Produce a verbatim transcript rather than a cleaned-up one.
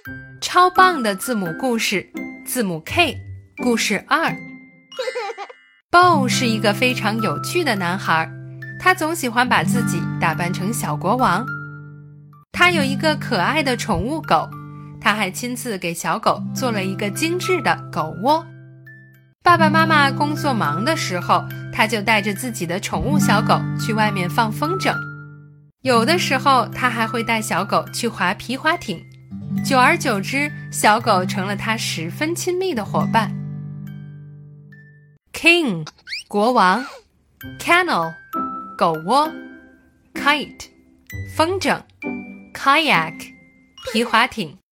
超棒的字母故事，字母 K， 故事二。Bo 是一个非常有趣的男孩，他总喜欢把自己打扮成小国王。他有一个可爱的宠物狗，他还亲自给小狗做了一个精致的狗窝。爸爸妈妈工作忙的时候，他就带着自己的宠物小狗去外面放风筝。有的时候他还会带小狗去划皮划艇，久而久之，小狗成了他十分亲密的伙伴。King 国王， Kennel 狗窝， Kite 风筝， Kayak 皮划艇。